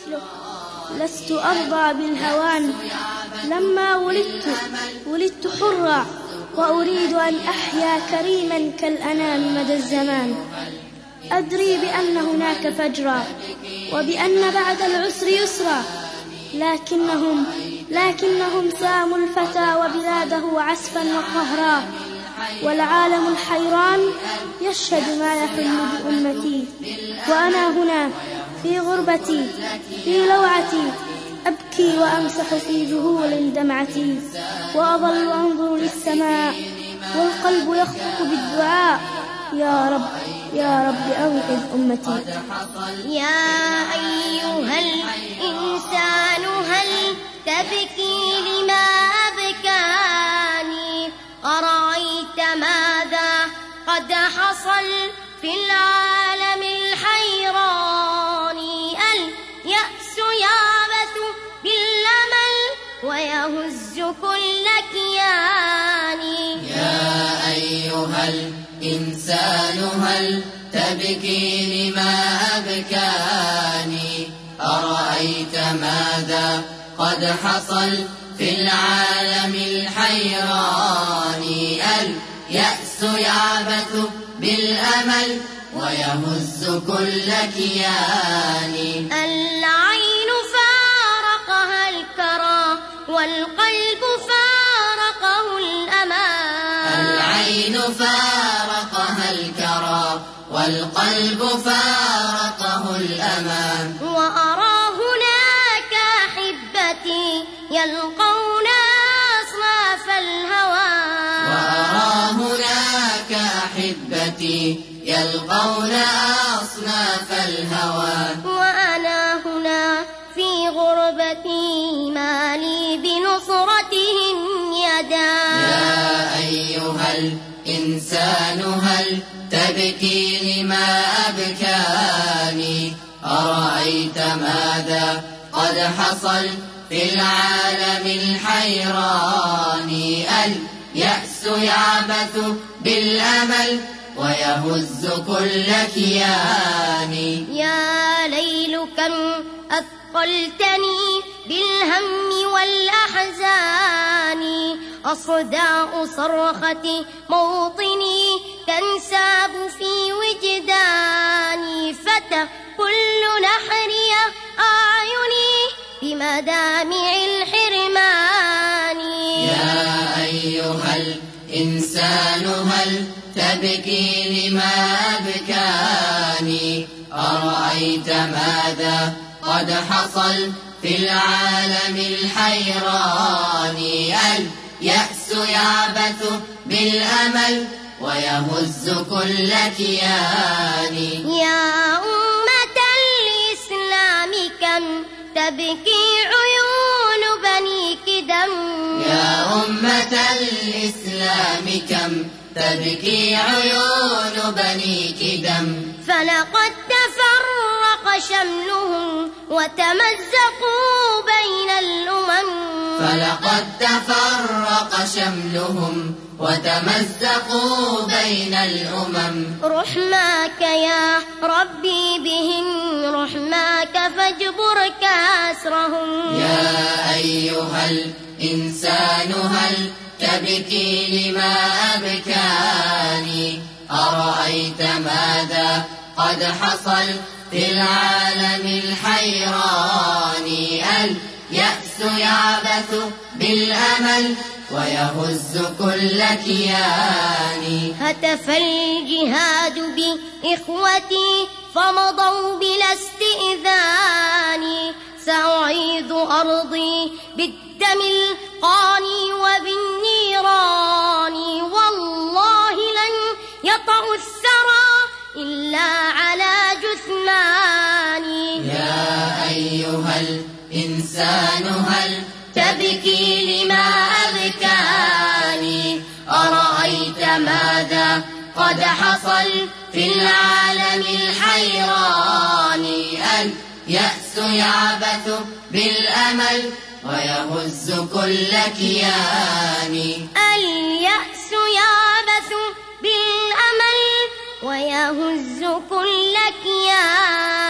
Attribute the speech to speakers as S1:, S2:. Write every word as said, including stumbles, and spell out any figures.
S1: مثلك لست أرضى بالهوان. لما ولدت ولدت حرا وأريد أن أحيا كريما كالأنام مدى الزمان. أدري بأن هناك فجرا وبأن بعد العسر يسرا، لكنهم لكنهم ساموا الفتى وبلاده عسفا وقهرا، والعالم الحيران يشهد ما يحل بأمتي، وأنا هنا في غربتي في لوعتي أبكي وأمسح في ذهول دمعتي، وأظل أنظر للسماء والقلب يخطق بالدعاء: يا رب يا رب أنقذ أمتي.
S2: يا أيها الإنسان هل تبكي لما أبكاني؟ أرأيت ماذا قد حصل في العالم الحيران؟ اليأس يعبث بالأمل ويهز كل كيان.
S3: يا أيها الإنسان هل تبكي لما أبكاني؟ أرأيت ماذا قد حصل في العالم الحيران؟ اليأس يعبث بالأمل ويهز كل كيان.
S2: العين فارقها الكرى والقلب فارقه الأمان.
S3: العين فارقها الكرى والقلب فارقه الأمان.
S2: وأرى هناك أحبتي يلقون أصناف الهوى.
S3: وأرى هناك أحبتي يلقون أصناف الهوى.
S2: وأنا هنا في غربتي ما لي بنصرتهم يدا.
S3: يا أيها الإنسان هل تبكي لما أبكاني؟ أرأيت ماذا قد حصل في العالم الحيران؟ اليأس يعبث بالأمل ويهز كل كيان.
S2: يا ليل كم أثقلتني بالهم والأحزان، أصداء صرخة موطني تنساب في وجداني، فتى كل نحري أعيني بمدامع الحرمان.
S3: يا أيها الإنسان هل تبكي لما أبكاني؟ أرأيت ماذا قد حصل في العالم الحيران؟ اليأس يعبث بالأمل ويهز كل كيان.
S2: يا أمة الإسلام كم تبكي عيون بنيك دم.
S3: يا أمة الإسلام كم تبكي عيون بنيك دم.
S2: فلقد تفرق شملهم وتمزقوا بين الأمم.
S3: فلقد تفرق شملهم وتمزقوا بين الأمم.
S2: رحماك يا ربي بهم، رحماك فاجبر كاسرهم.
S3: يا أيها الإنسان هل تبكي لما أبكاني؟ أرأيت ماذا قد حصل في العالم الحيران؟ اليأس يعبث بالأمل ويهز كل كيان.
S2: هتف الجهاد بإخوتي فمضوا بلا استئذان، سأعيد أرضي بالدم القاني وبالنيران، والله لن يطأ الثرى إلا على جثماني.
S3: يا أيها الإنسان هل تبكي لما أبكاني؟ أرأيت ماذا قد حصل في العالم الحيران؟ اليأس يعبث بالأمل ويهز كل كيان.
S2: اليأس يعبث بالأمل ويهز كل كيان.